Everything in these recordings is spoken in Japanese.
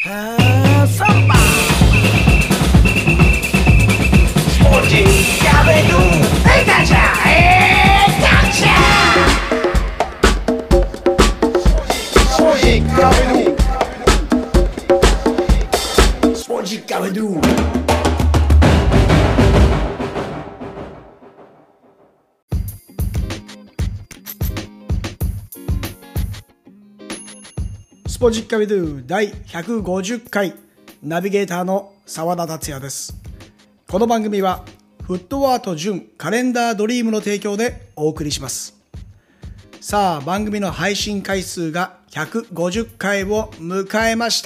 サンバスポーツやめるガチャガチャスポーツやめるスポーツやめるスポジッカビドゥ第150回ナビゲーターの澤田達也です。この番組はフットワート純カレンダードリームの提供でお送りします。さあ、番組の配信回数が150回を迎えました。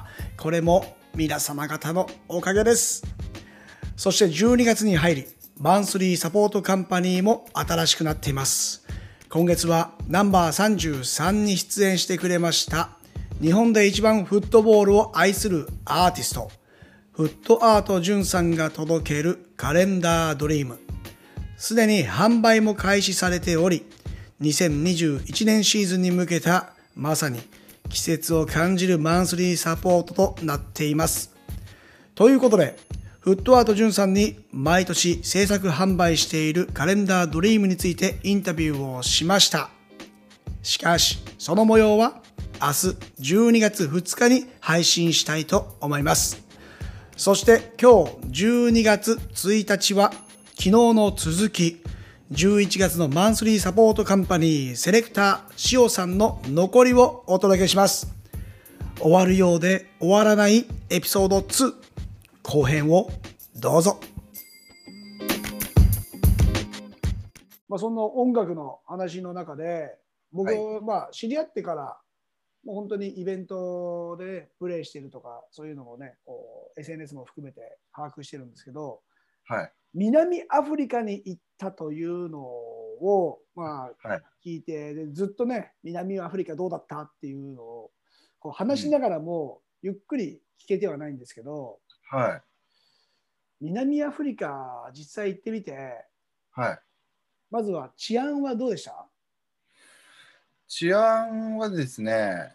これも皆様方のおかげです。そして12月に入りマンスリーサポートカンパニーも新しくなっています。今月はナンバー33に出演してくれました日本で一番フットボールを愛するアーティストフットアートジュンさんが届けるカレンダードリーム、すでに販売も開始されており、2021年シーズンに向けたまさに季節を感じるマンスリーサポートとなっています。ということでフットアートジュンさんに毎年制作販売しているカレンダードリームについてインタビューをしました。しかしその模様は明日12月2日に配信したいと思います。そして今日12月1日は昨日の続き、11月のマンスリーサポートカンパニーセレクターしおさんの残りをお届けします。終わるようで終わらないエピソード2、後編をどうぞ。そんな音楽の話の中で僕、知り合ってからもう本当にイベントでプレイしてるとかそういうのもね、SNS も含めて把握してるんですけど、南アフリカに行ったというのを聞いて、でずっとね南アフリカどうだったっていうのをこう話しながらもゆっくり聞けてはないんですけど、南アフリカ実際行ってみて、まずは治安はどうでした？ 治安はですね、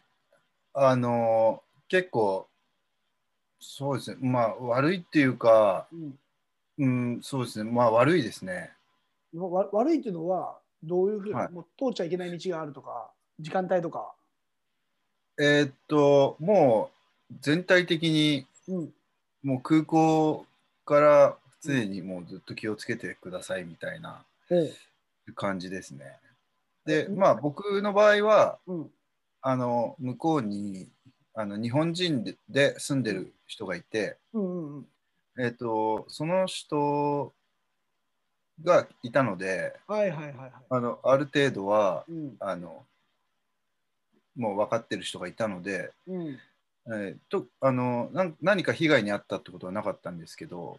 結構そうですね、悪いっていうか、そうですね、悪いですね。 悪いっていうのはどういうふうに、もう通っちゃいけない道があるとか時間帯とか？ もう全体的に、もう空港から常にもうずっと気をつけてくださいみたいな感じですね。で、僕の場合は、向こうに日本人で住んでる人がいて、その人がいたので、ある程度は、もう分かってる人がいたので、何か被害に遭ったってことはなかったんですけど、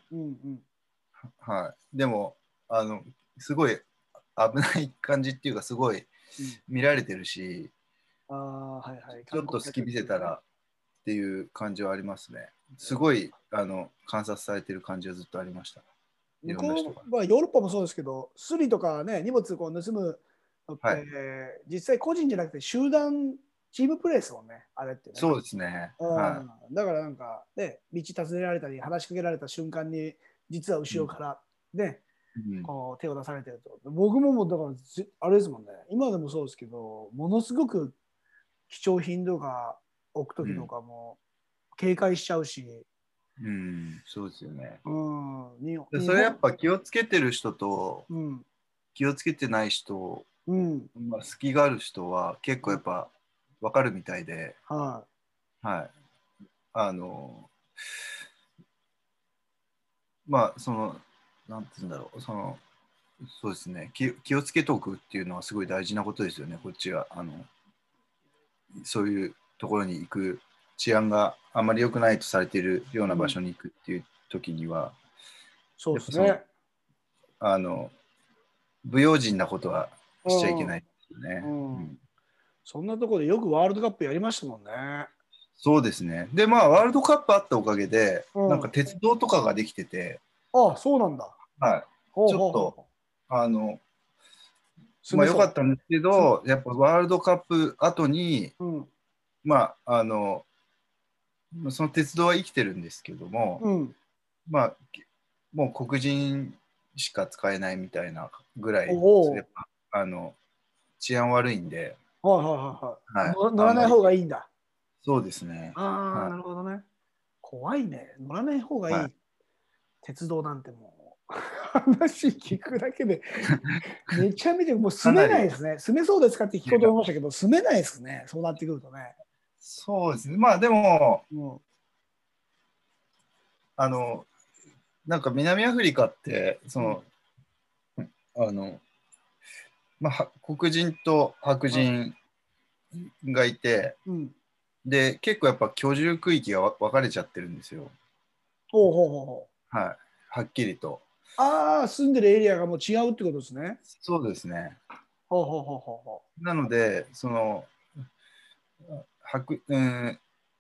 でもすごい危ない感じっていうか、すごい見られてるし、ちょっと隙見せたらっていう感じはありますね。すごい観察されてる感じはずっとありました。 向こうはヨーロッパもそうですけど、スリとかね、荷物こう盗むのって、実際個人じゃなくて集団チームプレーですもんね、あれってね。 そうですね。 だからなんかね、道尋ねられたり話しかけられた瞬間に実は後ろからね、こう手を出されてると。僕もだからあれですもんね、今でもそうですけど、ものすごく貴重品とか置くときとかも警戒しちゃうし。 そうですよね。 それやっぱ気をつけてる人と、気をつけてない人、隙がある人は結構やっぱ分かるみたいで、なんて言うんだろう、そうですね、気をつけておくっていうのはすごい大事なことですよね。こっちはそういうところに行く、治安があまり良くないとされているような場所に行くっていう時には、 そうですね、 不用心なことはしちゃいけないですよね。 そんなところでよくワールドカップやりましたもんね。 そうですね。でワールドカップあったおかげで、なんか鉄道とかができてて、 そうなんだ。 ちょっと良かったんですけど、やっぱワールドカップ後に、 その鉄道は生きてるんですけども、 うん、 まあ、もう黒人しか使えないみたいなぐらい、 おお、 やっぱ治安悪いんで、 はいはいはいはい。 はい、 乗らない方あんまり、 がいいんだ。 そうですね。 ああ、 はなるほどね。怖いね。乗らない方がい。 いい。 はい。 鉄道なんてもう、話聞くだけで、めちゃめちゃもう住めかなり、 ないですね。住めそうですかって聞こうと思いましたけど、住めないですね。そうなってくるとね。 そうですね。まあでも、 うん、 あの、なんか南アフリカって、 うん、 あの、まあ、黒人と白はい、 人がいて、 うん。 で、結構やっぱ居住区域が分かれちゃってるんですよ。 ほうほうほうほう。 はい。はっきりと。 ああ、住んでるエリアがもう違うってことですね。 そうですね。 ほうほうほうほうほなので、うん、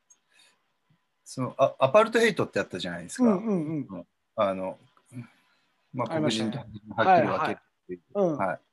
アパルトヘイトってあったじゃないですう。うんか。 うんうん。 うんあの、まあ、 ありま黒人としたね。 白人をはっはいはい。 きり分けるっていう。 うん、 はい。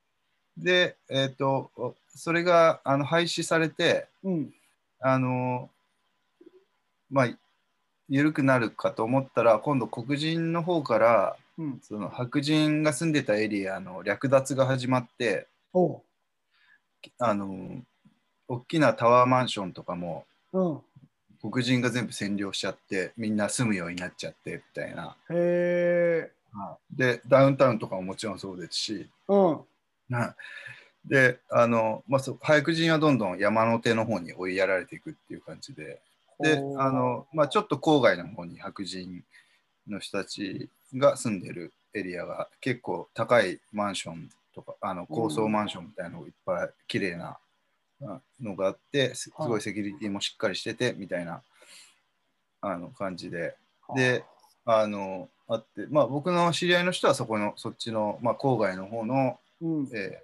で、それが廃止されて、 うん、 あの、まあ、緩くなるかと思ったら、今度黒人の方からうん。 その白人が住んでたエリアの略奪が始まって、 おう。 あの大きなタワーマンションとかもうん。 黒人が全部占領しちゃって、みんな住むようになっちゃってみたいな。 へえ。 はい、で、ダウンタウンとかももちろんそうですし、 うん。 はい、で、白人はどんどん山の手の方に追いやられていくっていう感じで、で、 ほちょっと郊外の方に白人の人たちが住んでるエリアが結構高いマンションとか、 う。 高層うん。 マンションみたいなのがいっぱい綺麗なのがあって、すごいはい。 セキュリティもしっかりしててみたいな感じで、で、 はあって、まあ、僕の知り合いの人はそっちの、まあ、郊外の方の、 うん。 え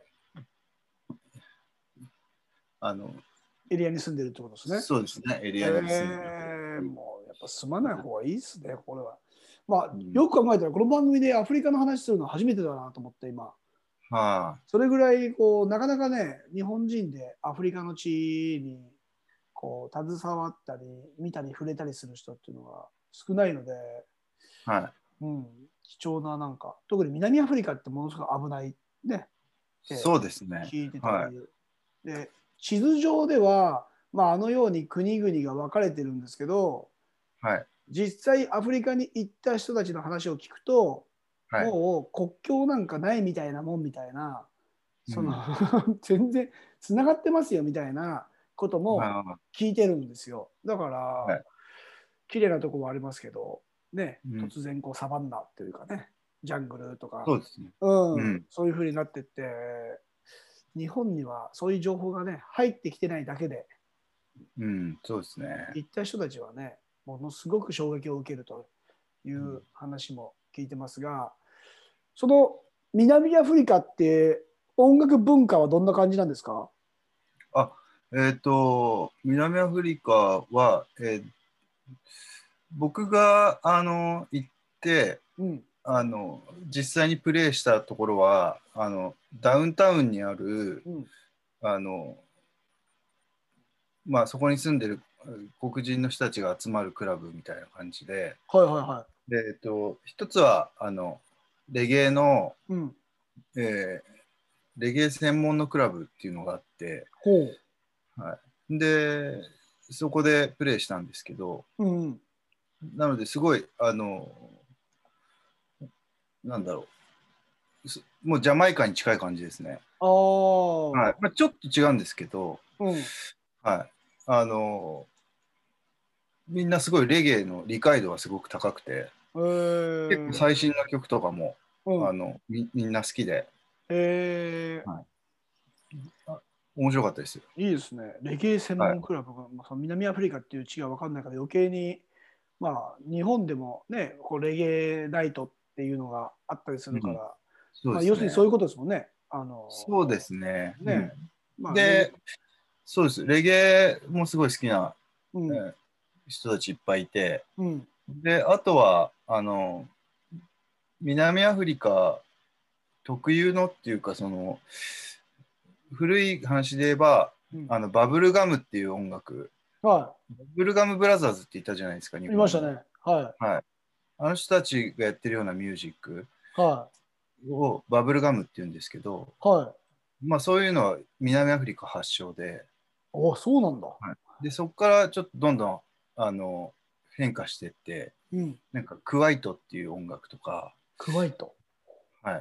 あの、 エリアに住んでるってことですね。 そうですね、エリへアに住んでる。 え。もうやっぱ住まない方がいいですね、これは。まあ、 うん、 よく考えたら、この番組でアフリカの話するのは初めてだなと思って、今。 はそれぐらい、こう、なかなかね、日本人でアフリカの地に、こう、携わったり、見たり触れたりする人っていうのが少ないので、 い、はうん、貴重ななんか、特に南アフリカってものすごく危ないね、 い、 ってそうですね。 聞いてたり、 はい、 で、地図上では、まあ、あのように国々が分かれてるんですけど、 はい、 実際アフリカに行った人たちの話を聞くと、 はい。 もう国境なんかないみたいなもんみたいな、そのうん。 全然つながってますよみたいなこともは聞いてるんですよ。だからい、 綺麗なとこもありますけど、ね、 うん。 突然こうサバンナっていうかね、ジャングルとか、 そうですね。 うん、 うん。 そういう風になってって、日本にはそういう情報がね、入ってきてないだけで、 うん。そうですね。 行った人たちはね、ものすごく衝撃を受けるというん、 う話も聞いてますが、その南アフリカって音楽文化はどんな感じなんですか？ あ、南アフリカは、僕が行ってうん、 実際にプレイしたところはダウンタウンにあるうん、 あの、まあ、そこに住んでる黒人の人たちが集まるクラブみたいな感じで、 はいはいはで、一つはレゲエの、 い。うん、 えレゲエ専門のクラブっていうのがあって、 ほはい、でそこでプレイしたんですけど、 う。うん、 なのですごいなんだろもうジャマイカに近い感じですね。 ああ、 はい、まあ、ちょっと違うんですけど、 うん、 はい、みんなすごいレゲエの理解度がすごく高くて、 えー、 結構最新の曲とかもうん、 みんな好きで、はい、面白かったですよ。 いいですね。レゲエ専はい、 門クラブが、まあ、その南アフリカっていう地が分かんないから余計に、まあ、日本でもね、こうレゲエナイトっていうのがあったりすうん、 るから、 そうまあ、 ですね。 要するにそういうことですもんね。 そうですね。うね、 ん、 まあ、レゲエ、 で、そうです。レゲエもすごい好きな、 うん、 人たちいっぱいいて、 うん、 で、あとは、南アフリカ特有のっていうか、古い話で言えば、 うん、 バブルガムっていう音楽、 はブルガムブラザーズって言ったじゃないですか、日い。い本の。 ましたね。はい。 はい。あの人たちがやってるようなミュージックはをバブルガムって言うんですけど、 い。はい。 まあそういうのは南アフリカ発祥で、 お、そうなんだ。 はい、で、そこからちょっとどんどん変化していって、 うん。 なんかクワイトっていう音楽とか、 クワイト。 はい、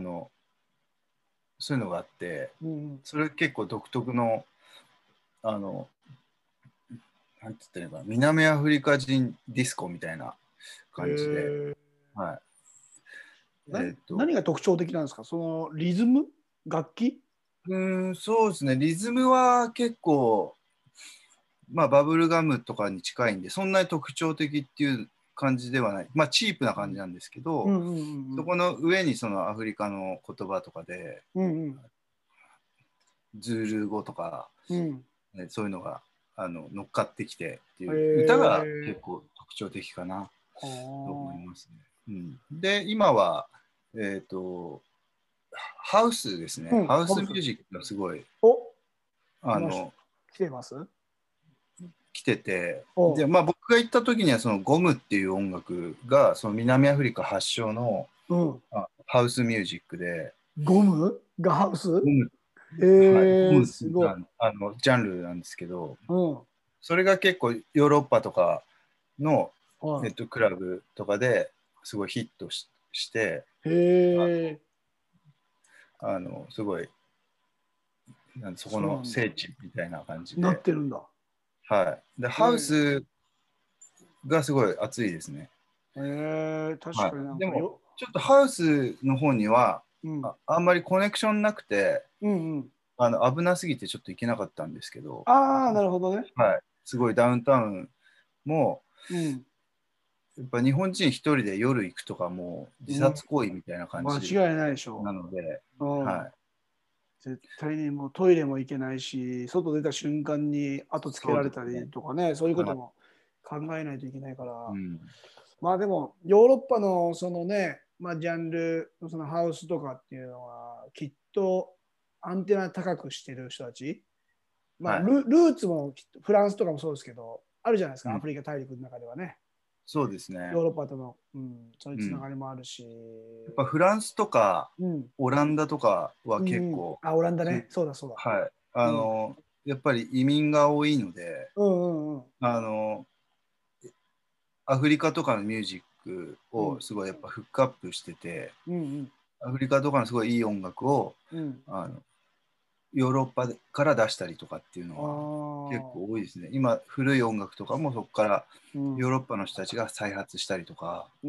そういうのがあって、 うん。 それ結構独特の、あの、なんて言ったらいいのかな、南アフリカ人ディスコみたいなへ感じで、 え。 はい。 何が特徴的なんですか？そのリズム、楽器？ そうですね、リズムは結構、まあ、バブルガムとかに近いんで、そんなに特徴的っていう感じではない。まあ、チープな感じなんですけど、 うんうんうんそこの上にそのアフリカの言葉とかで、 うんうんズール語とか、 うんそういうのが乗っかってきてってへいう歌がえ。 結構特徴的かなはと思いあ。 ますね。で、今は、えっと、ハウスですね。 うん、 ハウスハウス。 ミュージックがすごい、 お、来ました。 あの、 来てます？ 来てて、で、 お、 まあ僕が行った時にはそのゴムっていう音楽がその南アフリカ発祥のうん。 ハウスミュージックで、 ゴムがハウス？ ゴム、はい、ゴへえ、 ムすごい。 ジャンルなんですけど、 うん。 それが結構ヨーロッパとかの、 はクラブとかですごいヒットして、 い。へえ、 すごい、そこのそうなんだ。 聖地みたいな感じなっで、 てるんだ。 はい。で、ハウスがすごい熱いですね。 へえ、確はかにない。でも、 んかよ。 ちょっとハウスの方には、 うん。 あんまりコネクションなくて、 うんうん。 危なすぎてちょっと行けなかったんですけど、 ああ、なるほどね。 はい。すごいダウンタウンも、 うん。 やっぱ日本人一人で夜行くとかもう自うん。 殺行為みたいな感間じ違いないでしょなので、 う。うん。 はい。 絶対にもうトイレも行けないし、外出た瞬間に後つけそうられたですね。 りとかね、そういうことはも考えないといけないから。 い。 まあでも、ヨーロッパのそのね、まあ、ジャンル、そのハウスとかっていうのは、きっとアンテナ高くしてる人たち、まあはい。 ルーツもきっとフランスとかもそうですけど、あるじゃないですか、アうん。 フリカ大陸の中ではね、 そうですね。 ヨーロッパとの、うん、そういううん。 つながりもあるし、 やっぱフランスとかうん、 オランダとかはうんうん、 結構、 あ、オランダすね、そうだそうだ。 はい。 うん、 やっぱり移民が多いので、 うんうんうんあの、アフリカとかのミュージックうんをすごいやっぱフックアップしてて、 うんアフリカとかのすごいいい音楽をうん。 あのヨーロッパから出したりとかっていうのあは結あ、 構多いですね。今、古い音楽とかもそこからうん、 ヨーロッパの人たちが再発したりとか、 うん。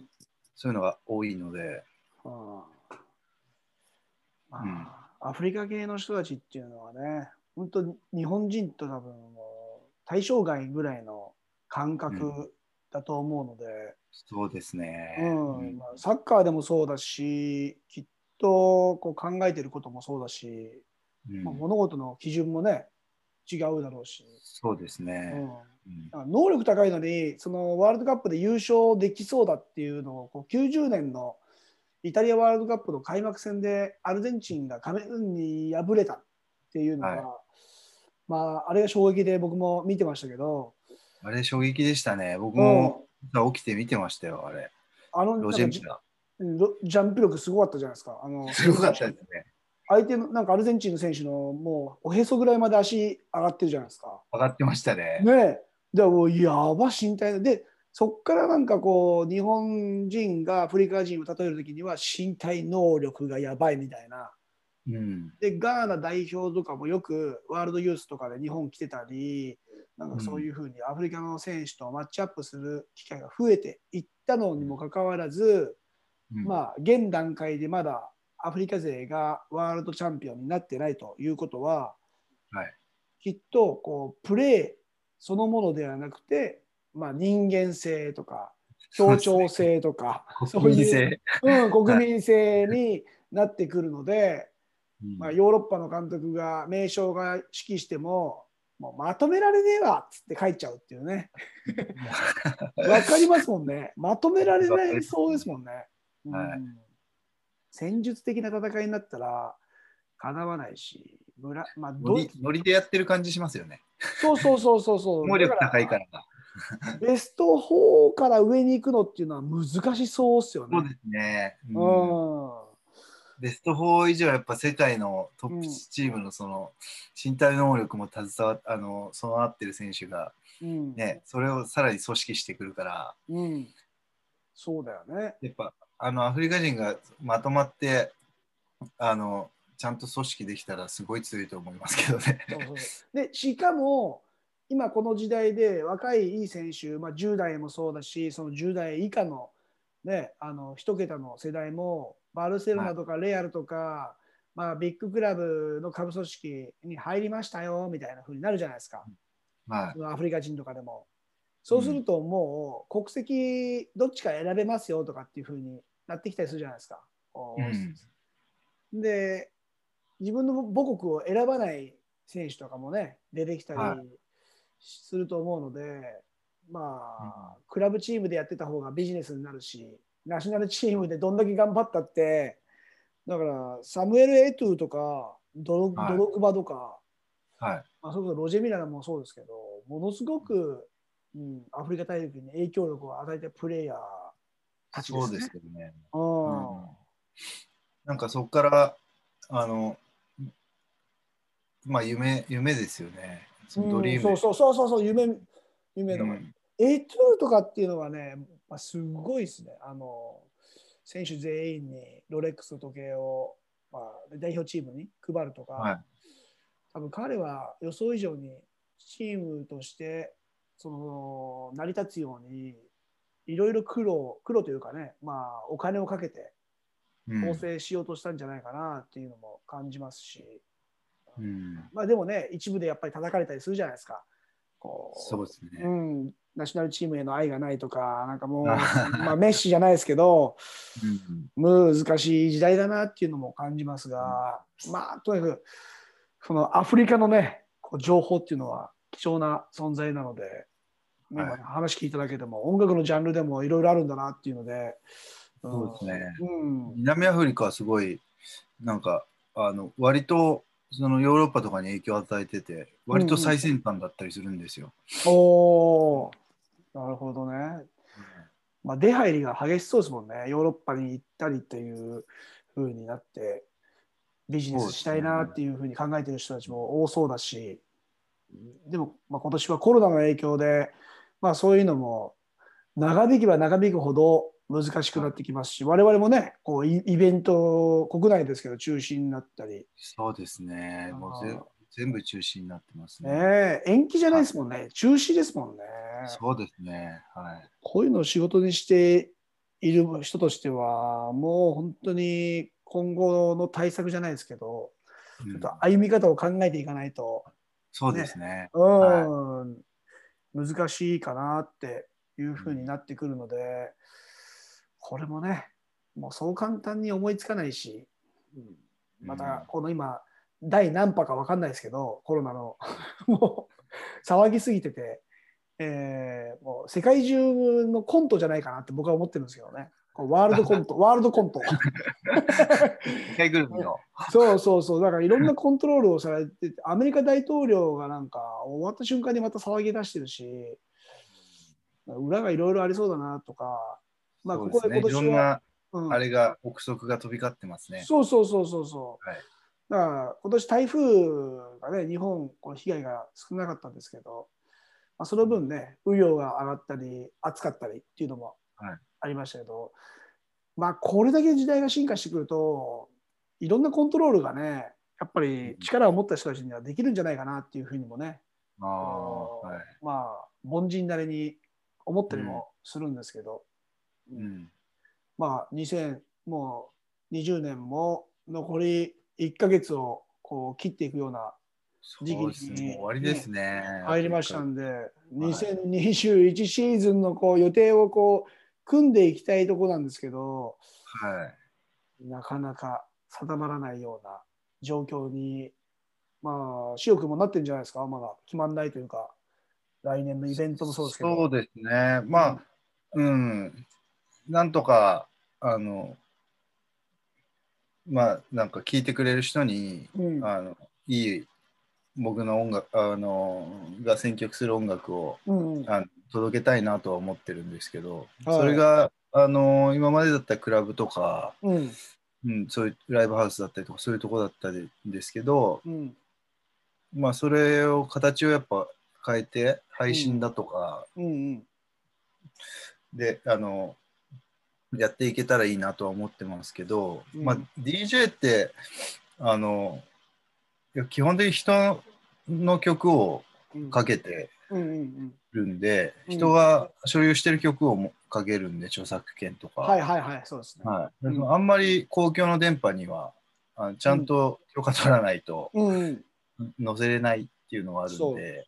そういうのが多いので、 ああ、 うん、 アフリカ系の人たちっていうのはね、本当に日本人と多分もう対象外ぐらいの感うん、 覚だと思うので、 そうですうね。うん、 んまあ、サッカーでもそうだし、きっとこう考えてることもそうだし、まあ、 うん、 物事の基準もね、違うだろうし、 そうですね。 うん、 うん、 能力高いのに、そのワールドカップで優勝できそうだっていうのをこう90年のイタリアワールドカップの開幕戦でアルゼンチンがカメルーンに敗れたっていうのが、 はい。 まあ、あれが衝撃で僕も見てましたけど、 あれ衝撃でしたね。僕うん、 も起きて見てましたよ、あれ。ロなんかジェミラ。 ジャンプ力すごかったじゃないですか。 すごかったですね。 相手のなんかアルゼンチンの選手のもうおへそぐらいまで足上がってるじゃないですか。 上がってましたね。 ねえ。でもうやば身体で、そこからなんかこう日本人がアフリカ人を例えるときには身体能力がやばいみたいな。 うん、 で、ガーナ代表とかもよくワールドユースとかで日本来てたり、なんかそううん、 いうふうにアフリカの選手とマッチアップする機会が増えていったのにもかかわらず、 うん、 まあ、現段階でまだアフリカ勢がワールドチャンピオンになってないということは、 はい。 きっとこうプレーそのものではなくて、まあ、人間性とか協調そうですね。 性とかそういう、 国民性。 国はい。 民性になってくるので、まあ、 うん、 ヨーロッパの監督が名将が指揮しても、もうまとめられねえわっつって帰っちゃうっていうね。わかりますもんね。まとめられないそうですもんね。うはい。 ん、戦術的な戦いになったらかなわないし、まあ、 ノリでやってる感じしますよね。 そうそうそうそうそう。だか能力高いから、 ら。 ベスト4から上に行くのっていうのは難しそうっすよね。 そうですね。ううん。 ん。 ベスト4以上やっぱ世界のトップうん。 チームのその身体能力も携わっ備わってる選手がうん。 ね、それをさらに組織してくるから、 うん。そうだよね。 やっぱアフリカ人がまとまってちゃんと組織できたらすごい強いと思いますけどね。 そうそうそう。で、しかも、今この時代で若いいい選手、まあ、10代もそうだし、その10代以下の、ね、1桁の世代も、バルセロはい、 ナとかレアルとか、まあ、ビッグクラブの下部組織に入りましたよみたいな風になるじゃないですか、 はそのアフリカ人とかでも。 い、うん、 そうすると、もう国籍どっちか選べますよとかっていう風になってきたりするじゃないですか。 うん、 で、自分の母国を選ばない選手とかもね、出てきたはりすると思うので、まい、うん、 あ、クラブチームでやってた方がビジネスになるし、ナショナルチームでどんだけ頑張ったって、だからサムエル・エトゥとかドはい、 ログバとか、 はい、 まあ、それこそロジェ・ミラーもそうですけど、ものすごく、うん、アフリカ大陸に影響力を与えたプレイヤーたちでそうですね。 すよね。 ううん。 ん、なんかそこからあの、まあ夢ですよね。そのドうん、 リームで。 そうそうそうそうそう、夢とか。 うん、 A2 とかっていうのはね、まあ、すごいですね。選手全員にロレックスの時計を、まあ、代表チームに配るとか、 はい、 多分彼は予想以上にチームとしてその成り立つように、いろいろ苦労というかね、まあ、お金をかけて構うん、 成しようとしたんじゃないかなっていうのも感じますし、 うん、 まあ、でもね、一部でやっぱり叩かれたりするじゃないですか。 そうこう、 ですね。 うん、ナショナルチームへの愛がないとか、なんかあもう、まあ、 ははメッシじゃないですけど、 うん、 難しい時代だなっていうのも感じますが、まあ、とにかく、そのアフリカのね、こう情報っていうのは貴重な存在なので、今はい、 話聞いただけでも、音楽のジャンルでもいろいろあるんだなっていうので、うそうですね。 ん、うん、 南アフリカはすごい、なんか、割と、そのヨーロッパとかに影響を与えてて、割とうん、うん。 最先端だったりするんですよ。 おー、なるほどね。 うん、 まあ、出入りが激しそうですもんね。ヨーロッパに行ったりっていう風になって、ビジネスしたいそうですね。 なっていう風に考えてる人たちも多そうだし、でも、まあ、今年はコロナの影響で、まあ、そういうのも長引けば長引くほど難しくなってきますし、我々もね、こうイベント、国内ですけど中止になったり、 そうですね。もうあ全部中止になってますねね。 延期じゃないはい。 ですもんね。中止ですもんね。 そうですね。はい。 こういうのを仕事にしている人としては、もう本当に今後の対策じゃないですけど、ちょっうん、 と歩み方を考えていかないと、 そうでね、 すね。はい。 うん、難しいかなっていうふうにうん、 なってくるので、これもね、もうそう簡単に思いつかないし、またうん、 この今、第何波か分かんないですけど、コロナのもう騒ぎすぎてて、もう世界中のコントじゃないかなって僕は思ってるんですけどね。こうワールドコント、ワールドコント。 一回ぐるみの。 そうそうそう。だからいろんなコントロールをされてて、アメリカ大統領がなんか終わった瞬間にまた騒ぎ出してるし、裏がいろいろありそうだなとか、まあここでそうですね。いろ今年は、 んな、 うん、 あれが、憶測が飛び交ってますね。 そうそうそうそうそう。 はい。 だから今年台風がね、日本、この被害が少なかったんですけど、まあ、その分ね、雨量が上がったり、暑かったりっていうのもはい。 ありましたけど、まあ、これだけ時代が進化してくると、いろんなコントロールがね、やっぱり力を持った人たちにはできるんじゃないかなっていうふうにもね、 ああ、はい。 まあ、凡人なりに思ったりうん、 もするんですけど、うん、 うん。 まあ、2020年も残り1ヶ月をこう切っていくような時期そうですね。もう終わりでにね、 すね。あと1 入りましたヶ月。 んで、 はい。 2021シーズンのこう予定をこう組んでいきたいところなんですけど、 はい。 なかなか定まらないような状況に、まあ、潮くもなってるんじゃないですか、まだ決まんないというか、来年のイベントもそうですけど。 そうですね。 うん、 まあ、うん。なんとか、あの、まあ、なんか聞いてくれる人に、 うん、 いい僕の音楽が選曲する音楽を、届けたいなとは思ってるんですけど、それが今までだったらクラブとか、そういうライブハウスだったりとかそういうとこだったんですけど、まあそれを形をやっぱ変えて配信だとか、でやっていけたらいいなとは思ってますけど、まあ DJ って基本的に人の曲をかけてるんで、人が所有してる曲をかけるんで、著作権とか。 はいはいはい、そうですね。 あんまり公共の電波にはちゃんと許可取らないと載せれないっていうのがあるんで、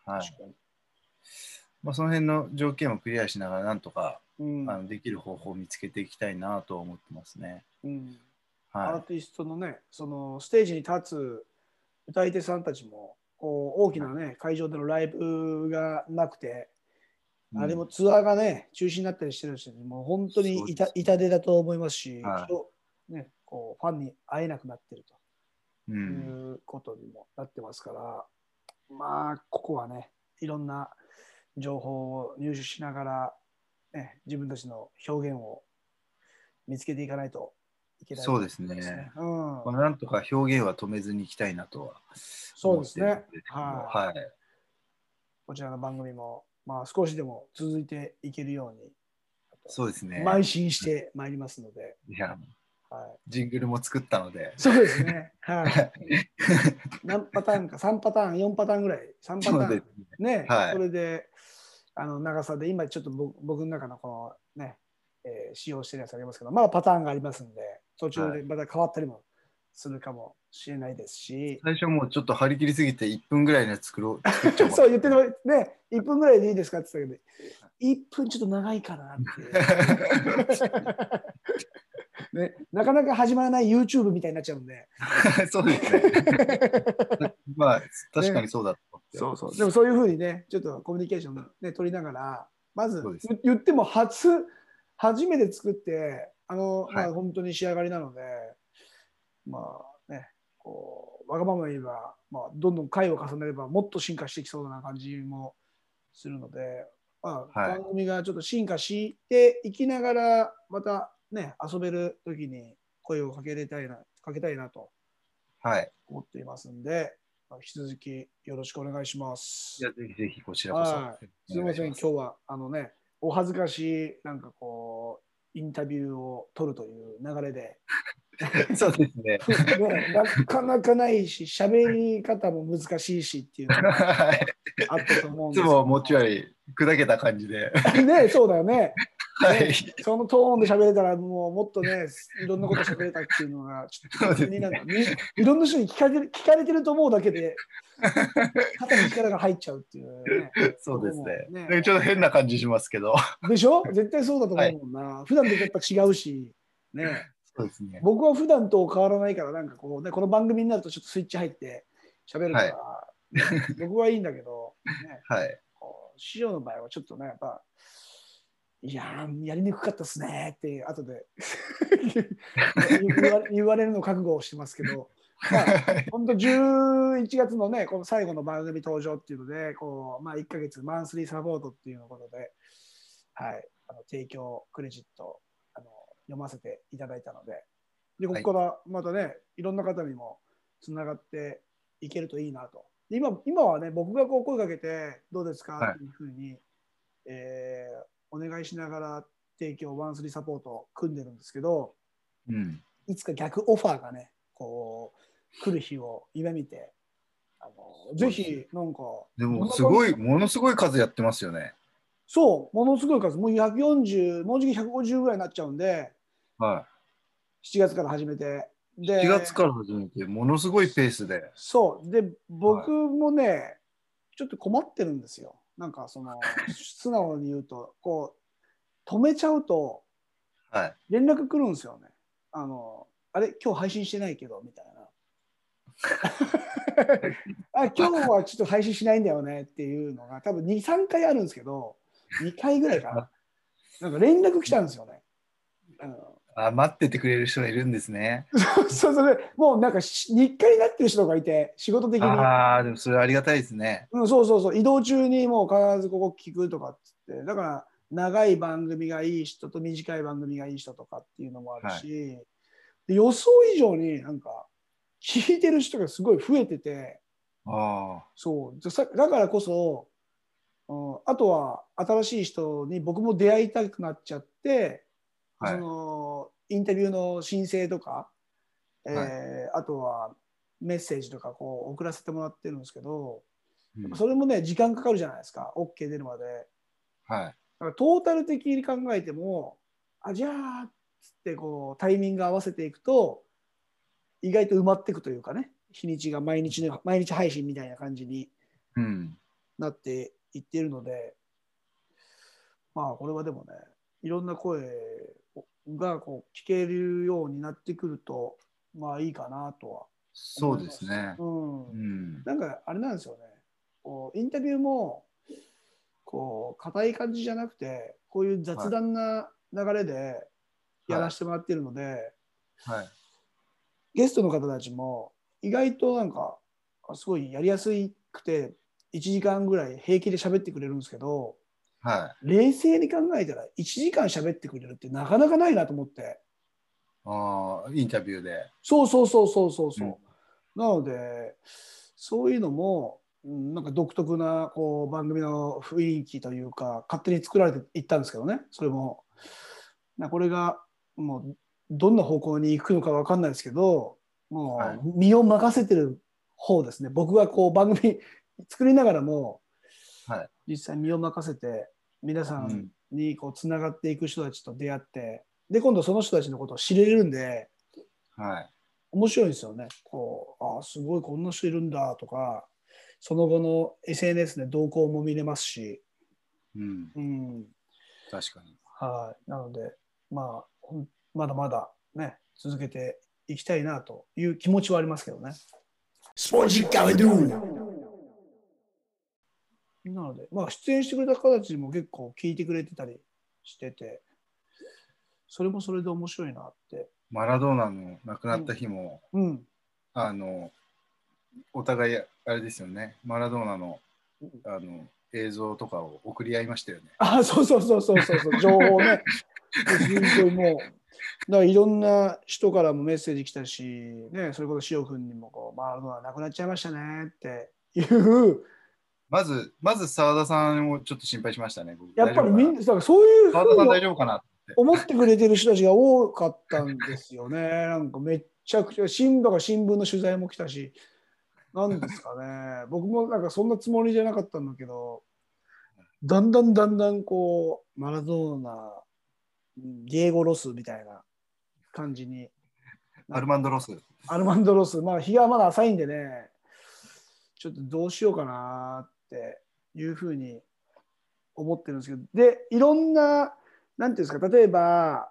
まあその辺の条件をクリアしながらなんとかできる方法を見つけていきたいなと思ってますね。 アーティストのね、そのステージに立つ歌い手さんたちもこう大きなね会場でのライブがなくて、あれもツアーがね中止になったりしてるし、もう本当に痛手だと思いますし、ね、こうファンに会えなくなってるということにもなってますから、まあここはねいろんな情報を入手しながら、ね、自分たちの表現を見つけていかないといけない、 そうですね。まあ、なんとか表現は止めずにいきたいなとは思ってるんですけど、はい。こちらの番組も、まあ、少しでも続いていけるように、 そうですね。 邁進してまいりますので。 いや、ジングルも作ったので。 そうですね。はい。何パターンか、3パターン、4パターンぐらい、3パターン。ね、それで、長さで、今ちょっと僕の中のこのね、使用してるやつありますけど、まだパターンがありますんで、途中でまた変わったりもするかもしれないですし。 最初もうちょっと張り切りすぎて1分ぐらいのやつ作っちゃう。そう言ってるね、1分ぐらいでいいですかって言ったけど、1分ちょっと長いかなって。ね、なかなか始まらない YouTube みたいになっちゃうんで。 そうですね。まあ、確かにそうだと思って。 そうそう。でもそういうふうにね、ちょっとコミュニケーション、ね、取りながら、まず言っても初めて作って、まあ、本当に仕上がりなので、まあね、こうわがまま言えば、まあ、どんどん回を重ねればもっと進化していきそうな感じもするので、まあ、番組がちょっと進化していきながら、またね、遊べるときに声をかけたいなと思っていますんで、引き続きよろしくお願いします。 いや、ぜひぜひこちらこそ。 すみません、今日はお恥ずかしいなんかこうインタビューを取るという流れで。 そうですね。 なかなかないし、喋り方も難しいしっていうのがあったと思うんですけど。 いつももちろん砕けた感じで。 ね、そうだよね。 はい、 そのトーンで喋れたらもっとねいろんなこと喋れたっていうのがちょっとになんかいろんな人に聞かれてると思うだけで肩に力が入っちゃうっていうね。 そうですね。ちょっと変な感じしますけど。 でしょ？絶対そうだと思うもんな。普段とやっぱ違うしね。 そうですね。 僕は普段と変わらないからなんかこうねこの番組になるとちょっとスイッチ入って喋るから、僕はいいんだけど、ね、師匠の場合はちょっとねやっぱ。いややりにくかったっすねって後で言われるの覚悟をしてますけど、まあ、本当11月のねこの最後の番組登場っていうのでこう、まあ、1ヶ月マンスリーサポートっていうのことで、はい、提供クレジット読ませていただいたので、ここからまたねいろんな方にもつながっていけるといいなと。今はね僕がこう声かけてどうですかっていうふうに、お願いしながら提供ワンスリーサポートを組んでるんですけど、いつか逆オファーがねこう来る日を夢見てぜひなんかでもものすごい数やってますよね。 そうものすごい数もう140もうじき150ぐらいになっちゃうんで、7月から始めて 7月から始めてものすごいペースでそうで僕もね、ちょっと困ってるんですよ。なんかその素直に言うとこう止めちゃうと連絡来るんですよね。あれ今日配信してないけどみたいな今日はちょっと配信しないんだよねっていうのが多分 2,3 回あるんですけど2回ぐらいかななんか連絡来たんですよね。 あ、待っててくれる人がいるんですね。 そうそれ、もうなんか日課になってる人がいて、仕事的に。 ああ、でもそれありがたいですね。 うん、そうそうそう、移動中にもう必ずここ聞くとかっつって、だから長い番組がいい人と短い番組がいい人とかっていうのもあるはい。 し、で予想以上になんか聞いてる人がすごい増えてて、 あそうだからこそ、うん、あとは新しい人に僕も出会いたくなっちゃって、 あ、 そはい。 のインタビューの申請とか、 はい。 あとはメッセージとかこう送らせてもらってるんですけど、 うん。 それもね時間かかるじゃないですか、 OK 出るまで。 はい。 だからトータル的に考えても、あ、じゃあっつってこうタイミング合わせていくと意外と埋まっていくというかね、日にちが毎日配信みたいな感じにうん。 なっていっているので、まあこれはでもね、いろんな声がこう聞けるようになってくると、まあいいかなとはそうで思います。 すね。 うん。 うん。 なんかあれなんですよね。こうインタビューもこう硬い感じじゃなくて、こういう雑はい。 談な流れでやはい。 らせてもらっているので、 はい。 ゲストの方たちも意外となんかすごいやりやすくて、1時間ぐらい平気で喋ってくれるんですけど、 はい。 冷静に考えたら1時間喋ってくれるってなかなかないなと思って。 ああ、インタビューで。 そうそうそうそうそううん。 そう。なので、そういうのも、なんか独特なこう番組の雰囲気というか、勝手に作られていったんですけどね、それも。これがもうどんな方向に行くのか分かんないですけど、 はい。 もう身を任せてる方ですね。僕がこう番組作りながらも、 はい。 実際身を任せて、皆さんうん。 にこうつながっていく人たちと出会って、で、今度その人たちのことを知れるんで、 はい。 面白いですよね。こう、あ、すごいこんな人いるんだとか、その後の SNS で動向も見れますし、 うん。 うん、 確かに。 はい。なので、まあ、まだまだね、続けていきたいなという気持ちはありますけどね。なので、まあ、出演してくれた方たちも結構聞いてくれてたりしてて、それもそれで面白いなって。 マラドーナの亡くなったうん。 日も、 うん。 あの、お互い、あれですよね。マラドーナの、映像とかを送り合いましたよね。 あ、そうそうそうそうそうそう、情報ね。すごいもう、だからいろんな人からもメッセージ来たし、ね、それこそ塩君にもこう、まあ、なくなっちゃいましたねっていう、 まず澤田さんをちょっと心配しましたね。僕、 やっ大丈夫かな。 ぱりみんな、だからそういうふうに澤田さん大丈夫かなって。 思ってくれてる人たちが多かったんですよね。なんかめっちゃくちゃ、だから新聞の取材も来たし、なんですかね、僕もなんかそんなつもりじゃなかったんだけど、だんだんこう、マラドーナ、ディエゴ・ロスみたいな感じになアルって、 マンドロス。 アルマンドロス、まあ日がまだ浅いんでね、ちょっとどうしようかなっていうふうに思ってるんですけど、で、いろんな、なんていうんですか、例えば、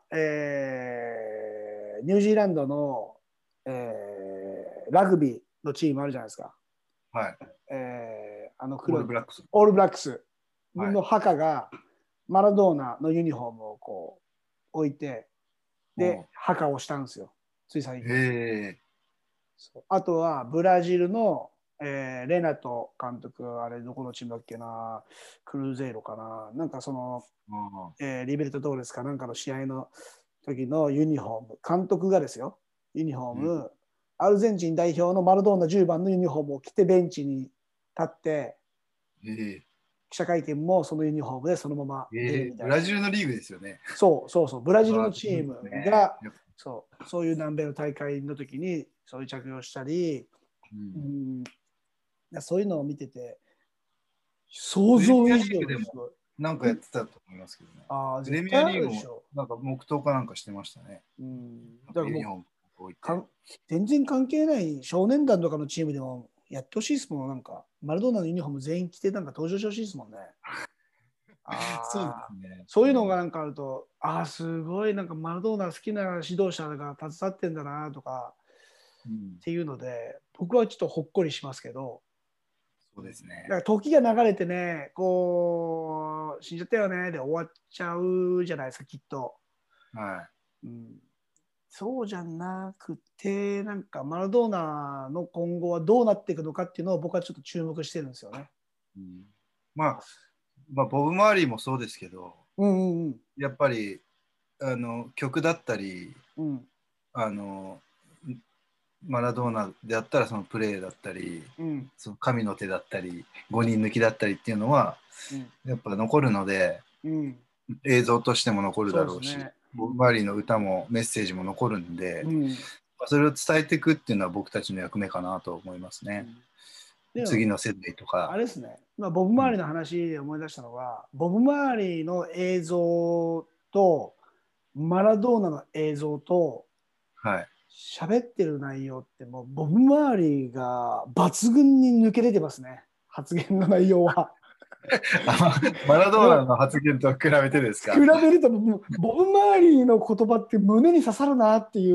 ニュージーランドの、ラグビーのチームあるじゃないですか。 はい。 あのオー黒い、 ルブラックス。 オールブラックスはい。 のハカがマラドーナのユニフォームをこう置いて、で、 おハカをしたんですよ、つい最へ近。 え。 あとはブラジルの、レナト監督、あれどこのチームだっけな、クルーゼイロかな、なんかその、 あリベルトドーレスかなんかの試合の時のユニフォーム、監督がですよ、ユニフォーうん。 ム、アルゼンチン代表のマラドーナ10番のユニフォームを着てベンチに立って、 え記者会見もそのユニフォームでそのまま出るみブたいな。 ラジルのリーグですよね。 そうそうそう、ブラジルのチーすごいですね。 ムがそういう南米の大会の時にそういう着用したり、 うん。 うん、そういうのを見てて、想プレミア像以リーグでも上にすごい。 なんかやってたと思いますけどね。 ああ、 プレミ絶対あアリーグもるでしょ。 なんか黙祷かなんかしてましたね。 うん。 なんだからもうかユニフォーム置いて。 全然関係ない少年団とかのチームでもやってほしいですもん。なんか、マラドーナのユニフォーム全員着てなんか登場してほしいですもんね。 そうでああ、 すね。 そういうのがうん。 なんかあると、ああ、すごいなんかマラドーナ好きな指導者が携わってんだなとかうん、 っていうので、僕はちょっとほっこりしますけど、 そうですね。 だから時が流れてね、こう、死んじゃったよねで終わっちゃうじゃないですか、きっと。 はうん、 そうじゃなくて、なんかマラドーナの今後はどうなっていくのかっていうのを僕はちょっと注目してるんですよね。 まあ、ボブ・マーリーもそうですけど、やっぱり曲だったり、あのマラドーナであったらそのプレーだったり、その神の手だったり5人抜きだったりっていうのは、やっぱ残るので、映像としても残るだろうし、ボブ・マーリーの歌もメッセージも残るんで、それを伝えていくっていうのは僕たちの役目かなと思いますね。次の世代とか。 あれですね、ボブ・マーリーの話で思い出したのは、ボブ・マーリーの映像とマラドーナの映像と喋ってる内容ってもうボブ・マーリーが抜群に抜け出てますね、発言の内容は。 マラドーナの発言と比べてですか？ 比べるとボブ・マーリーの言葉って胸に刺さるなっていう。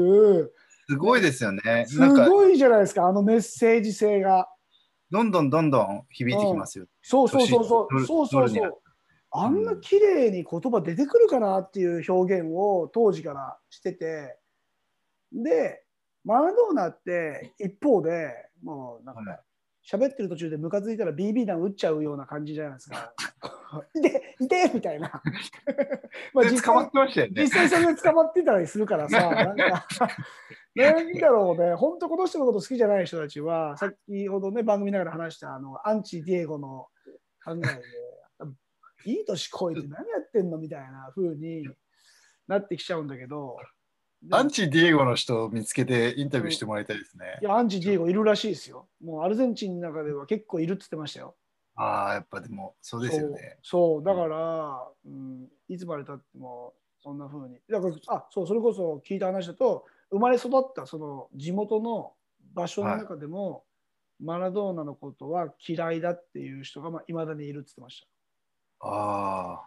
すごいですよね。 すごいじゃないですか、あのメッセージ性が。 どんどん響いてきますよ。 そうそうそう。あんな綺麗に言葉出てくるかなっていう表現を当時からしてて、でマラドーナって一方でもうなんか喋ってる途中でムカついたら BB 弾撃っちゃうような感じじゃないですか。いてみたいな。 捕まってましたよね。 実際それで捕まってたりするからさ、なんだろうね、本当この人のこと好きじゃない人たちは、先ほどね、番組ながら話したアンチ・ディエゴの考えで、いい年こいて何やってんのみたいな風になってきちゃうんだけど、 アンチ・ディエゴの人を見つけてインタビューしてもらいたいですね。 いや、アンチ・ディエゴいるらしいですよ。もうアルゼンチンの中では結構いるって言ってましたよ。 やっぱでもそうですよね。 そう、だから、いつまでたってもそんな風に。だからそれこそ聞いた話だと、生まれ育ったその地元の場所の中でも、マラドーナのことは嫌いだっていう人がいまだにいるって言ってました。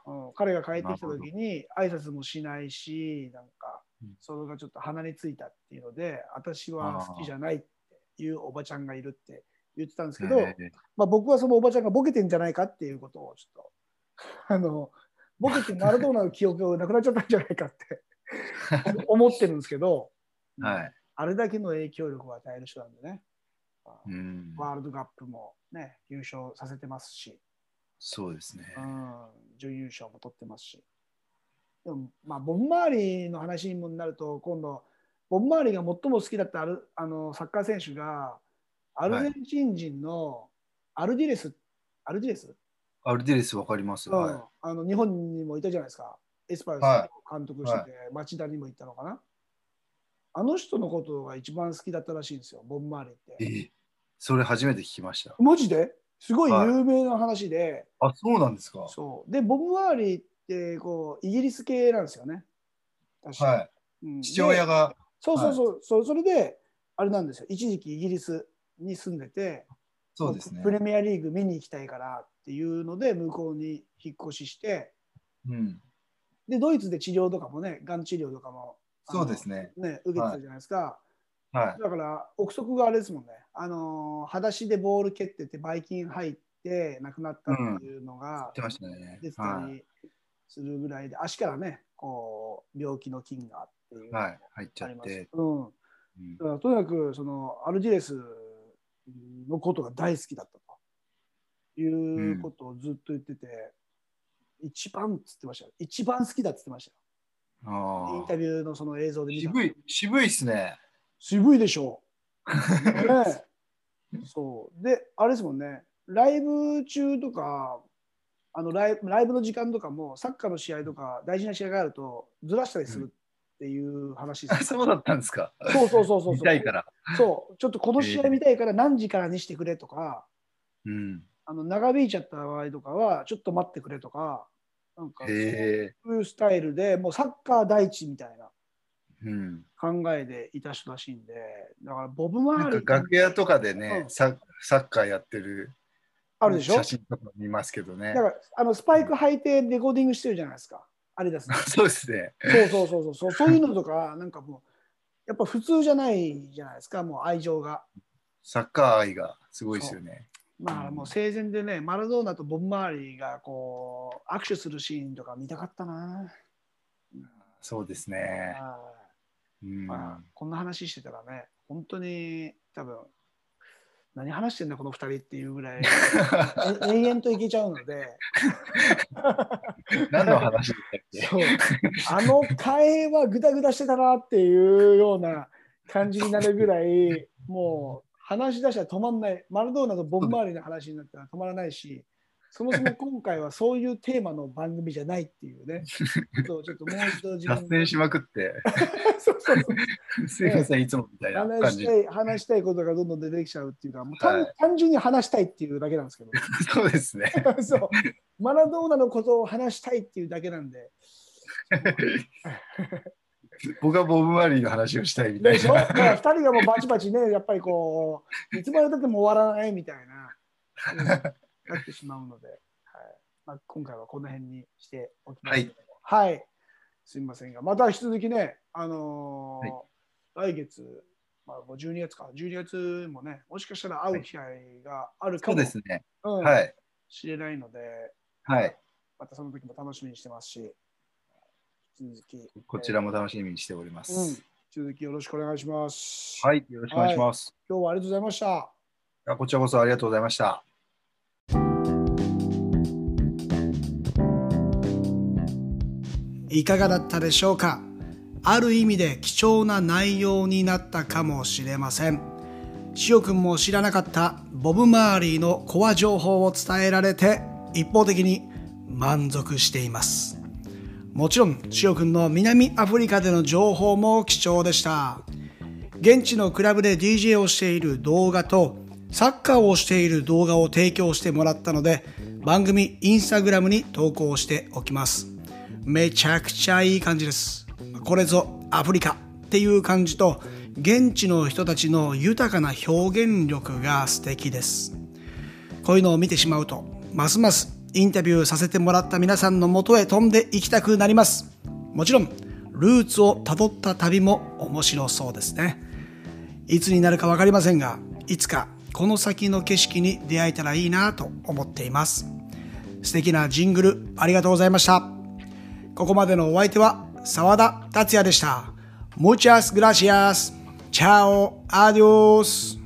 彼が帰ってきた時に挨拶もしないし、なんかそれがちょっと鼻についたっていうので、私は好きじゃないっていうおばちゃんがいるって言ってたんですけど、僕はそのおばちゃんがボケてんじゃないかっていうことをちょっとボケてマラドーナの記憶がなくなっちゃったんじゃないかって思ってるんですけど、あれだけの影響力を与える人なんでね、ワールドカップもね優勝させてますし、 そうですね、 準優勝も取ってますし。でもボブ・マーリーの話にもなると、今度ボブ・マーリーが最も好きだったサッカー選手がアルゼンチン人のアルディレスわかります。 日本にもいたじゃないですか。エスパルスの監督してて、町田にも行ったのかな。あの人のことが一番好きだったらしいんですよ、ボブ・マーリーって。 それ初めて聞きました。 マジですごい有名な話で。 そうなんですか。 そうで、ボブ・マーリーってイギリス系なんですよね。確か父親が。 それであれなんですよ、一時期イギリスに住んでて、 そうですね、 プレミアリーグ見に行きたいからっていうので向こうに引っ越しして、でドイツで治療とかもね、がん治療とかもそうですね、 受けてたじゃないですか。だから憶測があれですもんね、裸足でボール蹴っててばい菌入って亡くなったっていうのが出てたりするぐらいで、足からね病気の菌がっていうのが入っちゃって、 だからとにかくそのアルディレスのことが大好きだったということをずっと言ってて、一番っつってましたよ。一番好きだっつってましたよ。インタビューのその映像で見た。 渋いっすね。 渋いでしょう。そうで、あれですもんね、ライブ中とかライブの時間とかもサッカーの試合とか大事な試合があるとずらしたりするっていう話です。 そうだったんですか。 そう見たいから。 そう、ちょっとこの試合見たいから何時からにしてくれとか、長引いちゃった場合とかはちょっと待ってくれとか、なんかそういうスタイルでもうサッカー第一みたいな考えでいた人らしいんで、だからボブ・マーリー楽屋とかでね、サッカーやってるあるでしょ、 写真とか見ますけどね。 だからスパイク履いてレコーディングしてるじゃないですか、あれですね。 そうですね。 そういうのとかなんかもうやっぱ普通じゃないじゃないですか、もう愛情が。 サッカー愛がすごいですよね。 もう生前でね、マラドーナとボブ・マーリーが握手するシーンとか見たかったな。 そうですね。 こんな話してたらね、本当に多分何話してんだこの2人っていうぐらい延々といけちゃうので何の話だったっけ。 そう、あの会話グダグダしてたなっていうような感じになるぐらい、もう話し出したら止まんない。マラドーナとボブ・マーリーの話になったら止まらないし、そもそも今回はそういうテーマの番組じゃないっていうね。ちょっともう一度自分脱線しまくってそう。 すいません、いつもみたいな感じ。 話したいことがどんどん出てきちゃうっていうか、もう単純に話したいっていうだけなんですけど。 そうですね。 そう。マラドーナのことを話したいっていうだけなんで。 僕はボブ・マーリーの話をしたいみたいな。 でしょ。だから2人がもうバチバチね、やっぱりこう、いつまでたっても終わらないみたいな、なってしまうので、今回はこの辺にしておきますけども、はい。すみませんが、また引き続きね、来月、もう12月か、12月もね、もしかしたら会う機会があるかもしれないので、またその時も楽しみにしてますし、続きこちらも楽しみにしております。 続きよろしくお願いします。 はい、よろしくお願いします。 今日はありがとうございました。 こちらこそありがとうございました。 いかがだったでしょうか。ある意味で貴重な内容になったかもしれません。しおくんも知らなかったボブ・マーリーのコア情報を伝えられて一方的に満足しています。もちろんしおくんの南アフリカでの情報も貴重でした。現地のクラブで DJ をしている動画とサッカーをしている動画を提供してもらったので、番組インスタグラムに投稿しておきます。めちゃくちゃいい感じです。これぞアフリカっていう感じと、現地の人たちの豊かな表現力が素敵です。こういうのを見てしまうと、ますますインタビューさせてもらった皆さんの元へ飛んでいきたくなります。もちろんルーツをたどった旅も面白そうですね。いつになるか分かりませんが、いつかこの先の景色に出会えたらいいなと思っています。素敵なジングルありがとうございました。ここまでのお相手は澤田達也でした。Muchas gracias. Chao. Adios.